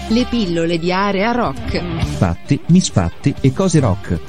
Le pillole di Area Rock. Fatti, misfatti e cose rock.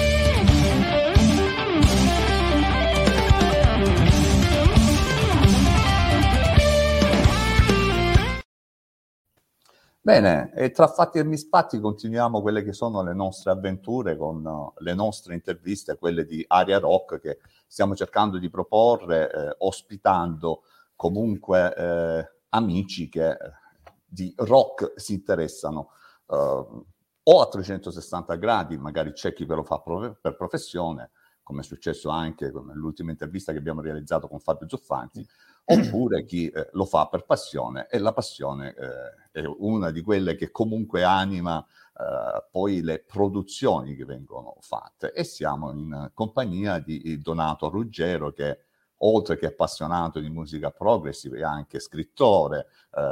Bene, e tra fatti e misfatti continuiamo quelle che sono le nostre avventure con le nostre interviste, quelle di Area Rock che stiamo cercando di proporre, ospitando comunque amici che di rock si interessano o a 360 gradi, magari c'è chi ve lo fa per professione, come è successo anche con l'ultima intervista che abbiamo realizzato con Fabio Zuffanti, oppure chi lo fa per passione, e la passione è una di quelle che comunque anima poi le produzioni che vengono fatte. E siamo in compagnia di Donato Ruggero, che oltre che appassionato di musica progressive è anche scrittore,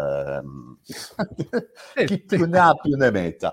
chi più ne ha più ne metta.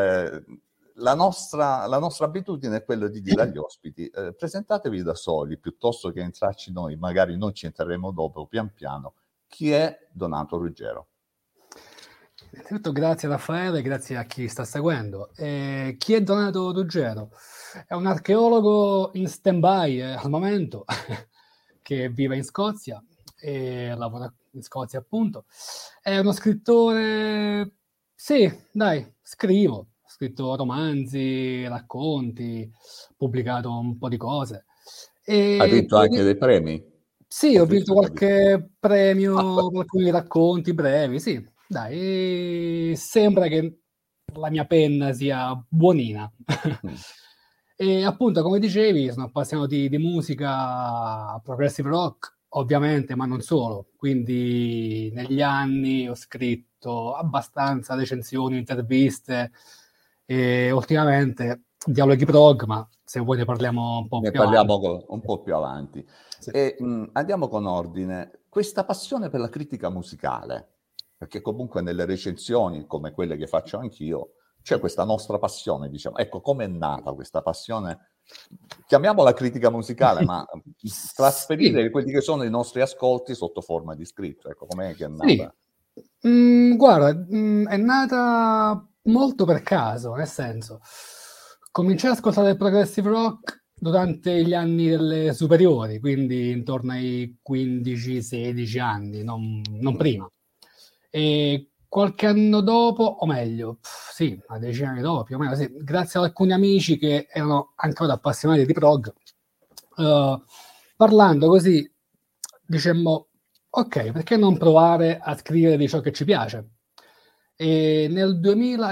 La nostra abitudine è quella di dire agli ospiti presentatevi da soli, piuttosto che entrarci noi, magari noi ci entreremo dopo pian piano. Chi è Donato Ruggero? Innanzitutto grazie a Raffaele, grazie a chi sta seguendo. Chi è Donato Ruggero? È un archeologo in stand-by al momento che vive in Scozia e lavora in Scozia appunto. È uno scrittore, sì, dai, scrivo. Ho scritto romanzi, racconti, pubblicato un po' di cose. Ha vinto anche dei premi? Sì, ho vinto qualche premio, alcuni racconti brevi, sì. Dai, sembra che la mia penna sia buonina. E appunto, come dicevi, sono appassionato di musica progressive rock, ovviamente, ma non solo. Quindi negli anni ho scritto abbastanza recensioni, interviste, e ultimamente dialoghi prog, ma se vuoi ne parliamo un po' più avanti. Ne parliamo un po' più avanti. Sì. E andiamo con ordine. Questa passione per la critica musicale, perché comunque nelle recensioni, come quelle che faccio anch'io, c'è questa nostra passione, diciamo. Ecco, come è nata questa passione? Chiamiamola critica musicale, ma trasferire sì, quelli che sono i nostri ascolti sotto forma di scritto. Ecco, com'è che è nata? Sì. Guarda, è nata molto per caso, nel senso, cominciai ad ascoltare il progressive rock durante gli anni delle superiori, quindi intorno ai 15-16 anni, non prima. E qualche anno dopo, o meglio, sì, una decina di anni dopo, più o meno, sì, grazie ad alcuni amici che erano ancora appassionati di prog, parlando così, dicemmo, ok, perché non provare a scrivere di ciò che ci piace? E nel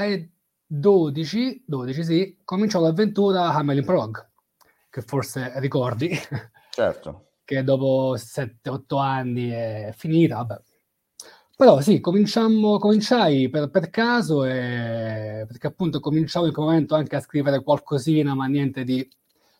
2012, sì, cominciò l'avventura Hamelin Prog, che forse ricordi. Certo. Che dopo 7-8 anni è finita, vabbè. Però sì, cominciai per caso, perché appunto cominciavo in quel momento anche a scrivere qualcosina, ma niente di,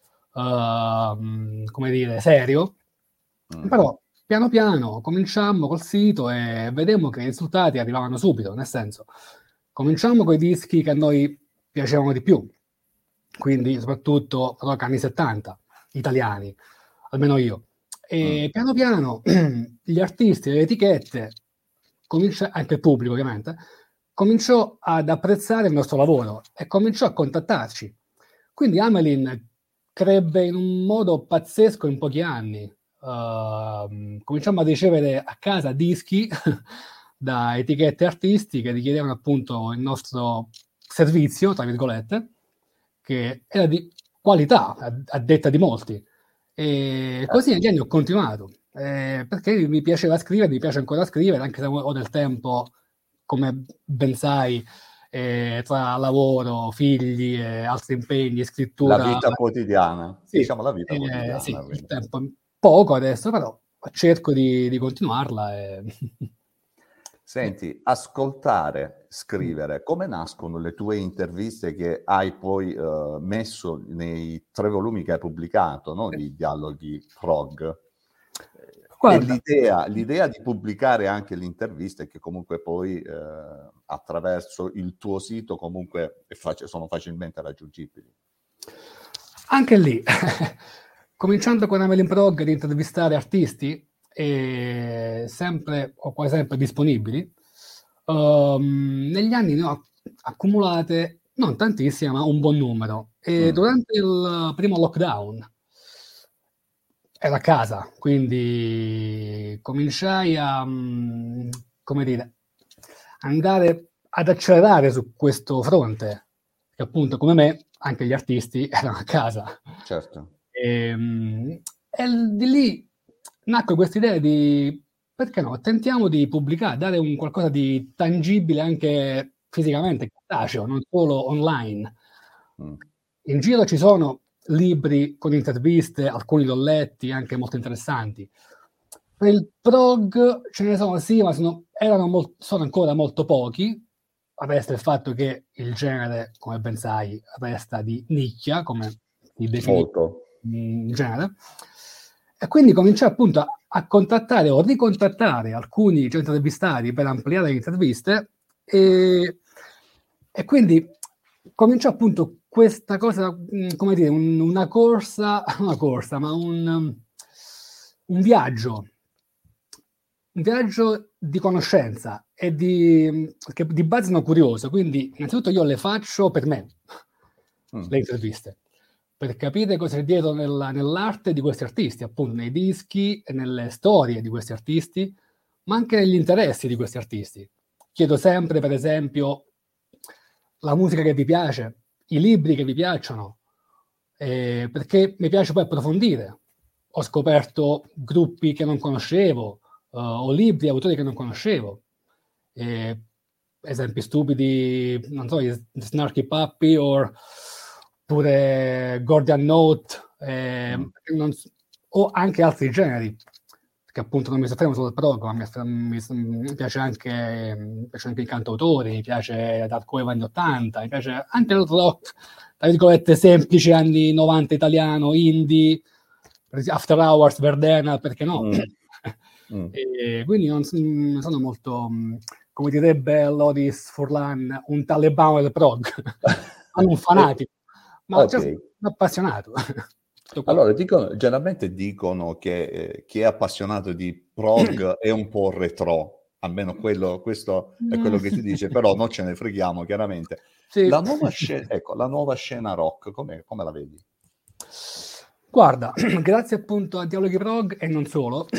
come dire, serio. Però piano piano cominciammo col sito e vedemmo che i risultati arrivavano subito, nel senso, cominciamo con i dischi che a noi piacevano di più, quindi soprattutto rock anni 70, italiani, almeno io. E piano piano gli artisti, le etichette, anche il pubblico ovviamente, cominciò ad apprezzare il nostro lavoro e cominciò a contattarci. Quindi Hamelin crebbe in un modo pazzesco in pochi anni. Cominciamo a ricevere a casa dischi da etichette artistiche che richiedevano appunto il nostro servizio, tra virgolette, che era di qualità, a detta di molti. E così negli anni ho continuato, perché mi piaceva scrivere, mi piace ancora scrivere, anche se ho del tempo, come ben sai, tra lavoro, figli e altri impegni, scrittura. La vita quotidiana, sì, diciamo la vita quotidiana. Sì, il tempo poco adesso, però cerco di continuarla. Senti, ascoltare, scrivere, come nascono le tue interviste che hai poi messo nei 3 volumi che hai pubblicato, no? Di dialoghi prog? Guarda, e l'idea di pubblicare anche le interviste che comunque poi attraverso il tuo sito comunque sono facilmente raggiungibili. Anche lì, cominciando con Hamelin Prog ad intervistare artisti, sempre o quasi sempre disponibili, Negli anni ne ho accumulate non tantissime, ma un buon numero. E durante il primo lockdown ero a casa, quindi cominciai a, come dire, andare ad accelerare su questo fronte, che appunto come me anche gli artisti erano a casa. Certo. E di lì nacque questa idea di, perché no, tentiamo di pubblicare, dare un qualcosa di tangibile anche fisicamente, cartaceo, non solo online. In giro ci sono libri con interviste, alcuni li ho letti, anche molto interessanti. Per il prog ce ne sono, sì, ma sono ancora molto pochi, resta il fatto che il genere, come ben sai, resta di nicchia, come si definisce in genere. E quindi cominciai appunto a contattare o ricontattare alcuni intervistati per ampliare le interviste e quindi cominciò appunto questa cosa, come dire, una corsa, ma un viaggio di conoscenza e che di base sono curioso, quindi innanzitutto io le faccio per me, le interviste, per capire cosa c'è dietro nell'arte di questi artisti, appunto nei dischi e nelle storie di questi artisti, ma anche negli interessi di questi artisti. Chiedo sempre, per esempio, la musica che vi piace, i libri che vi piacciono, perché mi piace poi approfondire. Ho scoperto gruppi che non conoscevo, o libri, autori che non conoscevo. Esempi stupidi, non so, Snarky Puppy oppure Gordian Note, o anche altri generi, perché appunto non mi soffermo solo al prog, ma mi piace anche i cantautori, mi piace Dark Wave anni 80, mi piace anche il rock, tra virgolette, semplice anni 90 italiano, indie, After Hours, Verdena, perché no? E quindi non sono molto, come direbbe Loris Furlan, un talebano del prog, non un fanatico, ma un appassionato. Allora, generalmente dicono che chi è appassionato di prog è un po' retro, almeno questo è quello che si dice, però non ce ne freghiamo, chiaramente. Sì. La nuova scena rock, come la vedi? Guarda, grazie appunto a Dialoghi Prog e non solo,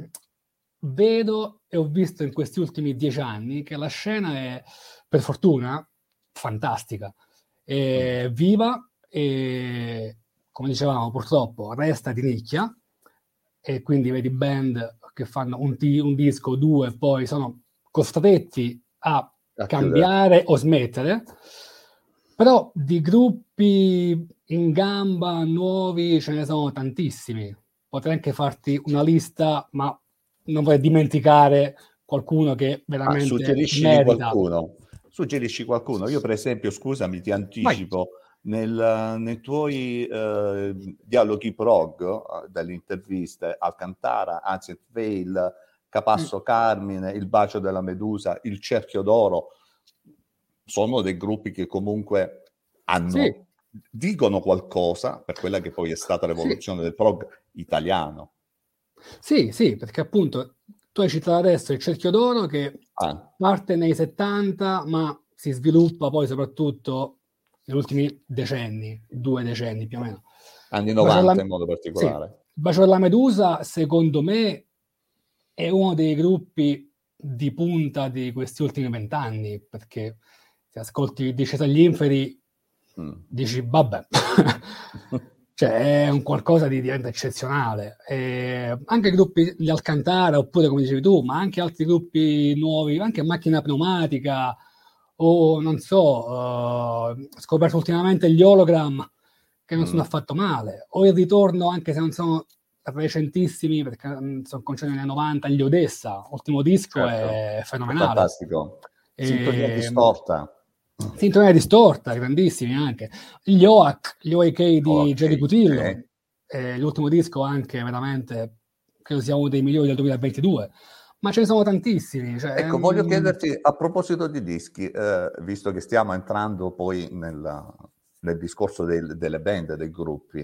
vedo e ho visto in questi ultimi 10 anni che la scena è, per fortuna, fantastica, è viva e, come dicevamo, purtroppo resta di nicchia, e quindi vedi band che fanno un disco, due, poi sono costretti a cambiare o smettere, però di gruppi in gamba nuovi ce ne sono tantissimi. Potrei anche farti una lista, ma non vorrei dimenticare qualcuno che veramente merita. Suggerisci qualcuno. Io per esempio, scusami, ti anticipo, nei tuoi dialoghi prog, delle interviste, Alcantara, Ancient Veil, Capasso Carmine, Il bacio della Medusa, Il cerchio d'oro, sono dei gruppi che comunque dicono qualcosa per quella che poi è stata l'evoluzione del prog italiano. Sì, perché appunto tu hai citato adesso Il cerchio d'oro che parte nei 70, ma si sviluppa poi soprattutto negli ultimi decenni, 2 decenni più o meno. Anni 90 in modo particolare. Sì. Bacio della Medusa, secondo me, è uno dei gruppi di punta di questi ultimi 20 anni, perché se ascolti Discesa agli Inferi dici, vabbè, cioè è un qualcosa di diventa eccezionale. Anche gruppi di Alcantara, oppure come dicevi tu, ma anche altri gruppi nuovi, anche Macchina Pneumatica, o non so, ho scoperto ultimamente gli Hologram, che non sono affatto male, o il ritorno, anche se non sono recentissimi, perché sono cominciati negli anni 90, gli Odessa, ultimo disco, è fenomenale. È fantastico. Sintonia distorta, grandissimi anche. Gli OAK di Jerry Cutillo, l'ultimo disco anche veramente, credo sia uno dei migliori del 2022. Ma ce ne sono tantissimi. Cioè, ecco, voglio chiederti, a proposito di dischi, visto che stiamo entrando poi nel discorso delle band, dei gruppi,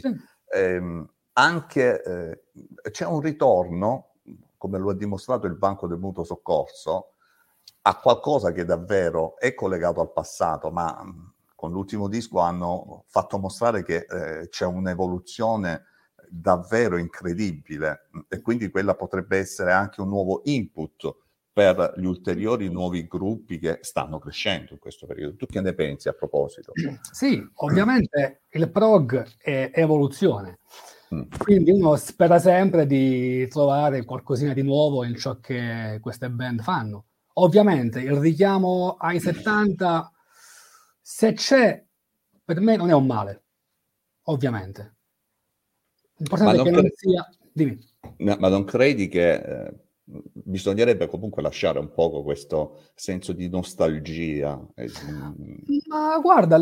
anche c'è un ritorno, come lo ha dimostrato il Banco del Mutuo Soccorso, a qualcosa che davvero è collegato al passato, ma con l'ultimo disco hanno fatto mostrare che c'è un'evoluzione davvero incredibile, e quindi quella potrebbe essere anche un nuovo input per gli ulteriori nuovi gruppi che stanno crescendo in questo periodo. Tu che ne pensi a proposito? Sì, ovviamente il prog è evoluzione, quindi uno spera sempre di trovare qualcosina di nuovo in ciò che queste band fanno. Ovviamente il richiamo ai 70, se c'è, per me non è un male, ovviamente. L'importante è che non sia... Dimmi. Ma non credi che bisognerebbe comunque lasciare un poco questo senso di nostalgia? Ma guarda,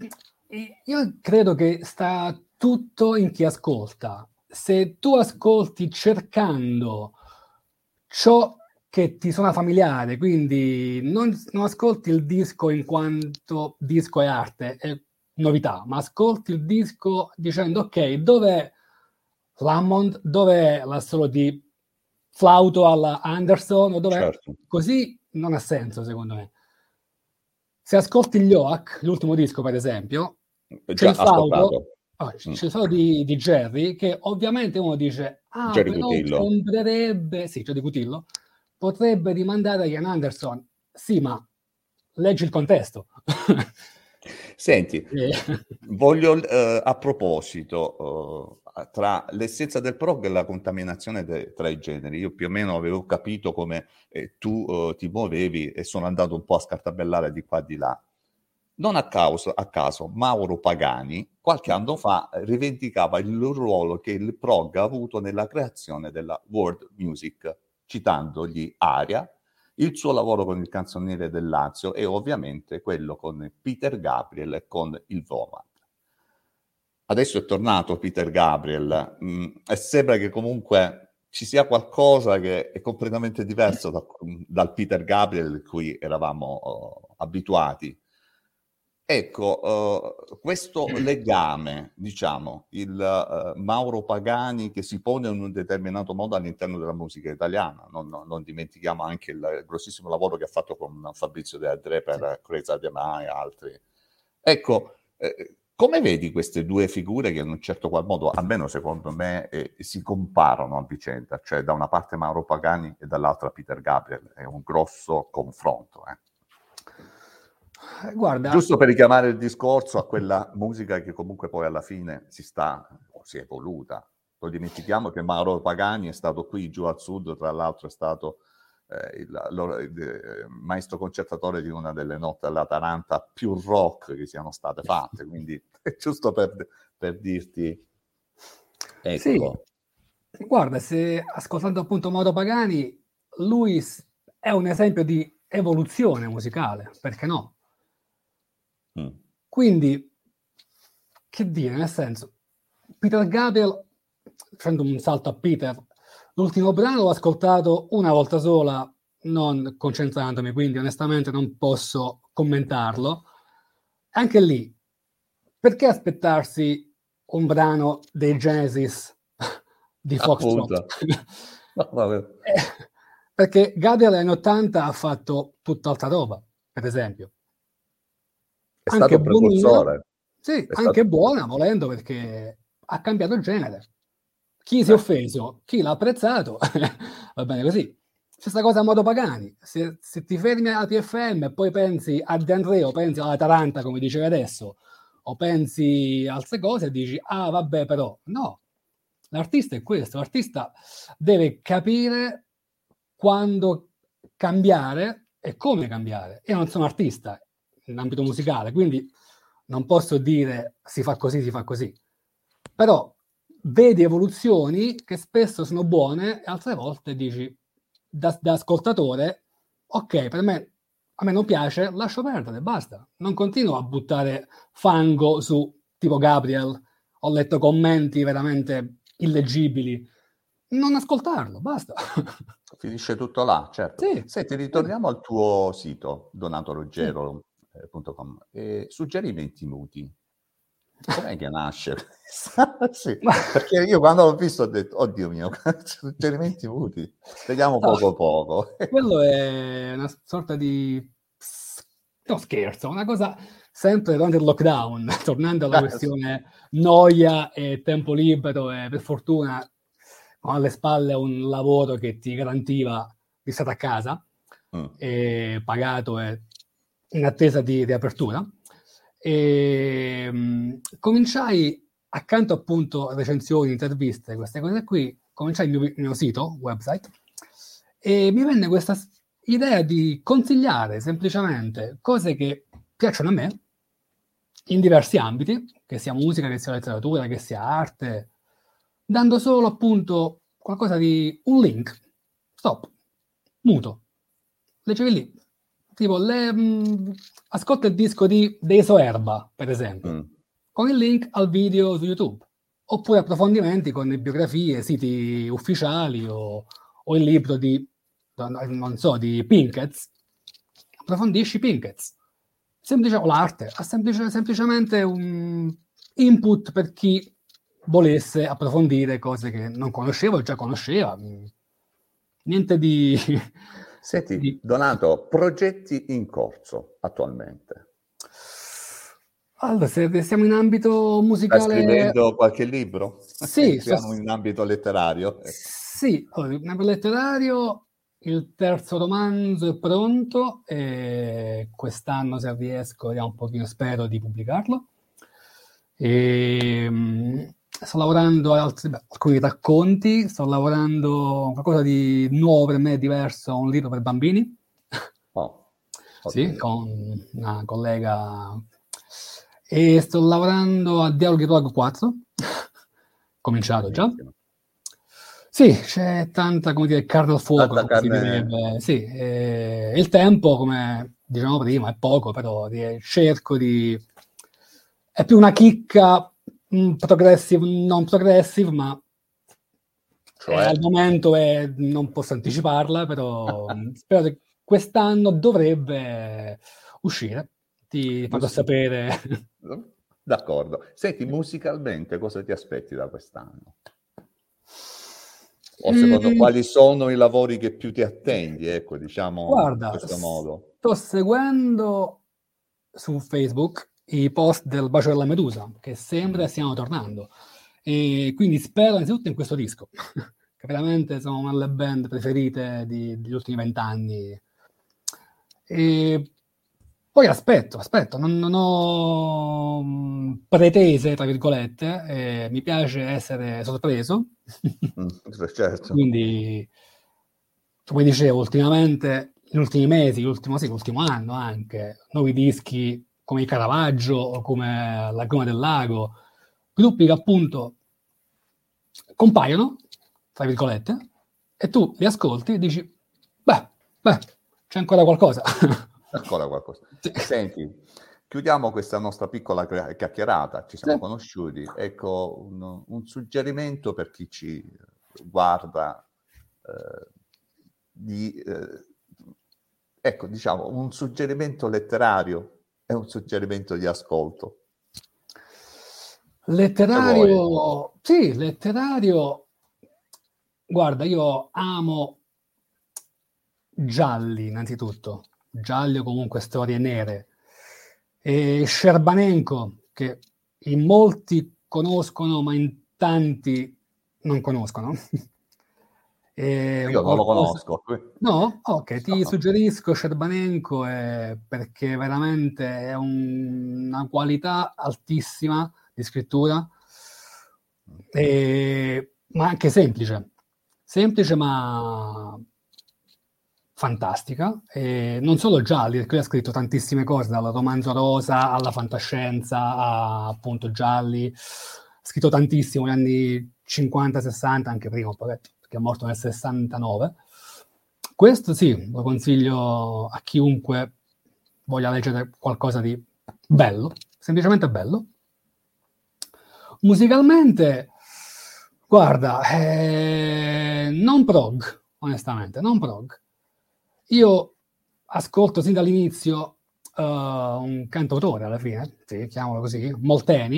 io credo che sta tutto in chi ascolta. Se tu ascolti cercando ciò che ti suona familiare, quindi non ascolti il disco in quanto disco è arte, è novità, ma ascolti il disco dicendo ok, dov'è l'Hammond, dov'è l'assolo di flauto alla Anderson, dov'è? Certo. Così non ha senso secondo me. Se ascolti gli Oak, l'ultimo disco per esempio, c'è il flauto, c'è il flauto di Jerry, che ovviamente uno dice Jerry però Cutillo. sembrerebbe, sì, Jerry Cutillo, potrebbe rimandare a Ian Anderson. Sì, ma leggi il contesto. Senti, voglio a proposito, tra l'essenza del prog e la contaminazione tra i generi, io più o meno avevo capito come tu ti muovevi e sono andato un po' a scartabellare di qua e di là. Non a caso Mauro Pagani qualche anno fa rivendicava il ruolo che il prog ha avuto nella creazione della world music, citandogli Aria, il suo lavoro con il canzoniere del Lazio e ovviamente quello con Peter Gabriel e con il Woman. Adesso è tornato Peter Gabriel e sembra che comunque ci sia qualcosa che è completamente diverso dal Peter Gabriel a cui eravamo abituati. Ecco, questo legame, diciamo, il Mauro Pagani che si pone in un determinato modo all'interno della musica italiana, non dimentichiamo anche il grossissimo lavoro che ha fatto con Fabrizio De André per Cresa De Mai e altri. Ecco, come vedi queste due figure che in un certo qual modo, almeno secondo me, si comparano a vicenda? Cioè da una parte Mauro Pagani e dall'altra Peter Gabriel, è un grosso confronto, Guarda, giusto per richiamare il discorso a quella musica che comunque poi alla fine si è evoluta. Non dimentichiamo che Mauro Pagani è stato qui giù al sud, tra l'altro è stato il maestro concertatore di una delle notti all'Atalanta più rock che siano state fatte, quindi è giusto per dirti, ecco. Sì. Guarda, se ascoltando appunto Mauro Pagani, lui è un esempio di evoluzione musicale, perché no? Quindi, che dire, nel senso, Peter Gabriel, facendo un salto a Peter, l'ultimo brano l'ho ascoltato una volta sola, non concentrandomi, quindi onestamente non posso commentarlo. Anche lì, perché aspettarsi un brano dei Genesis di Foxtrot? Perché Gabriel negli anni 80 ha fatto tutt'altra roba, per esempio. È anche stato precursore. Sì, anche buona, volendo, perché ha cambiato il genere. Chi si è offeso, chi l'ha apprezzato, va bene così. Stessa cosa a Mauro Pagani. Se ti fermi alla TFM e poi pensi a De André o pensi alla Taranta, come dicevi adesso, o pensi a altre cose e dici, vabbè, però, no. L'artista è questo, l'artista deve capire quando cambiare e come cambiare. Io non sono artista in ambito musicale, quindi non posso dire si fa così. Però vedi evoluzioni che spesso sono buone e altre volte dici da ascoltatore, ok, a me non piace, lascio perdere, basta. Non continuo a buttare fango su tipo Gabriel, ho letto commenti veramente illeggibili. Non ascoltarlo, basta. Finisce tutto là, certo. Sì. Senti, ritorniamo al tuo sito, donatorogero.com. Suggerimenti muti. Com'è che nasce? Sì, perché io quando l'ho visto ho detto, oddio mio, suggerimenti utili, vediamo poco poco. Quello è una sorta di... No, scherzo, una cosa sempre durante il lockdown, tornando alla questione noia e tempo libero, e per fortuna ho alle spalle un lavoro che ti garantiva di stare a casa, e pagato e in attesa di apertura. E cominciai, accanto appunto a recensioni, interviste, queste cose qui, cominciai il mio sito, website, e mi venne questa idea di consigliare semplicemente cose che piacciono a me in diversi ambiti, che sia musica, che sia letteratura, che sia arte, dando solo appunto qualcosa di un link, stop, muto, leggevi lì, tipo ascolta il disco di Deso Erba, per esempio, con il link al video su YouTube, oppure approfondimenti con le biografie, siti ufficiali o il libro di, non so, di Pinkett, approfondisci Pinkett, o l'arte, ha semplicemente un input per chi volesse approfondire cose che non conosceva o già conosceva, niente di... Senti, Donato, progetti in corso attualmente? Allora, se siamo in ambito musicale... Stai scrivendo qualche libro? Sì. Siamo in ambito letterario? Sì, allora, in ambito letterario il terzo romanzo è pronto e quest'anno, se riesco, un pochino, spero di pubblicarlo. Sto lavorando a alcuni racconti, sto lavorando a qualcosa di nuovo per me, diverso, un libro per bambini. Sì, con una collega. E sto lavorando a Dialoghi Rogue 4, cominciato già. Sì, c'è tanta, come dire, carne al fuoco, come si direbbe. Sì, il tempo, come dicevamo prima, è poco, però cerco di... È più una chicca progressive, non progressive, ma al momento non posso anticiparla, però spero che quest'anno dovrebbe uscire. Ti farò sapere. D'accordo. Senti, musicalmente cosa ti aspetti da quest'anno? O secondo quali sono i lavori che più ti attendi, ecco, diciamo, guarda, in questo modo? Sto seguendo su Facebook i post del Bacio della Medusa, che sembra stiano tornando, e quindi spero innanzitutto in questo disco, che veramente sono una delle band preferite degli ultimi 20 anni. E poi aspetto, non ho pretese, tra virgolette, mi piace essere sorpreso. Certo. Quindi, come dicevo, ultimamente, negli ultimi mesi, l'ultimo anno anche, nuovi dischi come i Caravaggio o come Laguna del Lago, gruppi che appunto compaiono, tra virgolette, e tu li ascolti e dici, beh, c'è ancora qualcosa. Ancora qualcosa. Senti, chiudiamo questa nostra piccola chiacchierata, ci siamo conosciuti, ecco un suggerimento per chi ci guarda, ecco, diciamo, un suggerimento letterario e un suggerimento di ascolto. Letterario, sì, letterario, guarda, io amo gialli innanzitutto, gialli o comunque storie nere, e Scerbanenko, che in molti conoscono ma in tanti non conoscono. Io non lo conosco. No? Ok, ti suggerisco Scerbanenko perché veramente è una qualità altissima di scrittura, ma anche semplice ma fantastica, e non solo gialli, perché lui ha scritto tantissime cose, dal romanzo rosa alla fantascienza a appunto gialli, ha scritto tantissimo negli anni 50-60, anche prima un pochetto, perché è morto nel 69. Questo sì, lo consiglio a chiunque voglia leggere qualcosa di bello, semplicemente bello. Musicalmente, guarda, non prog, onestamente, non prog. Io ascolto sin dall'inizio un cantautore, alla fine, sì, chiamalo così, Molteni,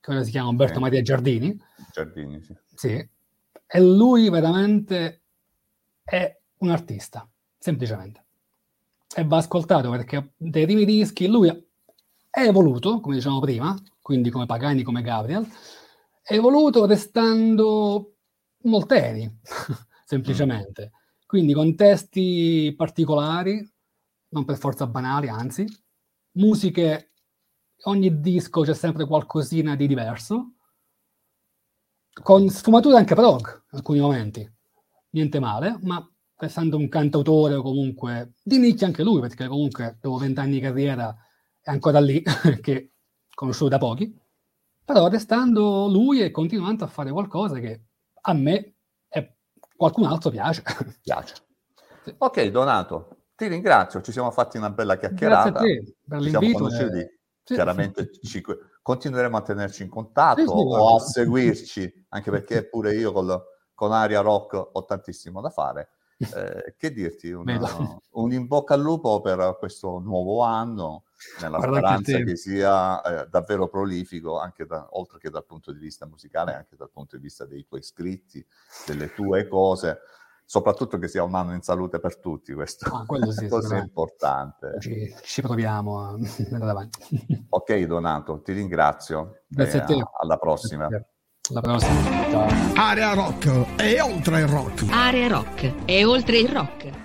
che ora si chiama Umberto Maria Giardini. Giardini, sì. Sì. E lui veramente è un artista, semplicemente. E va ascoltato perché dai primi dischi lui è evoluto, come dicevamo prima, quindi come Pagani, come Gabriel, è evoluto restando Molteni, semplicemente. Quindi con testi particolari, non per forza banali, anzi, musiche, ogni disco c'è sempre qualcosina di diverso, con sfumature anche prog, in alcuni momenti. Niente male, ma essendo un cantautore comunque di nicchia anche lui, perché comunque dopo 20 anni di carriera è ancora lì, che conosciuto da pochi, però restando lui e continuando a fare qualcosa che a me e qualcun altro piace. Sì. Ok, Donato, ti ringrazio, ci siamo fatti una bella chiacchierata. Grazie a te per ci siamo l'invito. conosciuti, Sì. chiaramente continueremo a tenerci in contatto Sì, o a seguirci, anche perché pure io con Aria Rock ho tantissimo da fare. Che dirti, un in bocca al lupo per questo nuovo anno, nella speranza che sia davvero prolifico, anche oltre che dal punto di vista musicale, anche dal punto di vista dei tuoi scritti, delle tue cose, soprattutto che sia un anno in salute per tutti, questo sì, così importante. Ci proviamo a andare avanti. Ok, Donato, ti ringrazio. Grazie a te. Alla prossima. Alla prossima. Ciao. Area Rock è oltre il rock. Area Rock è oltre il rock.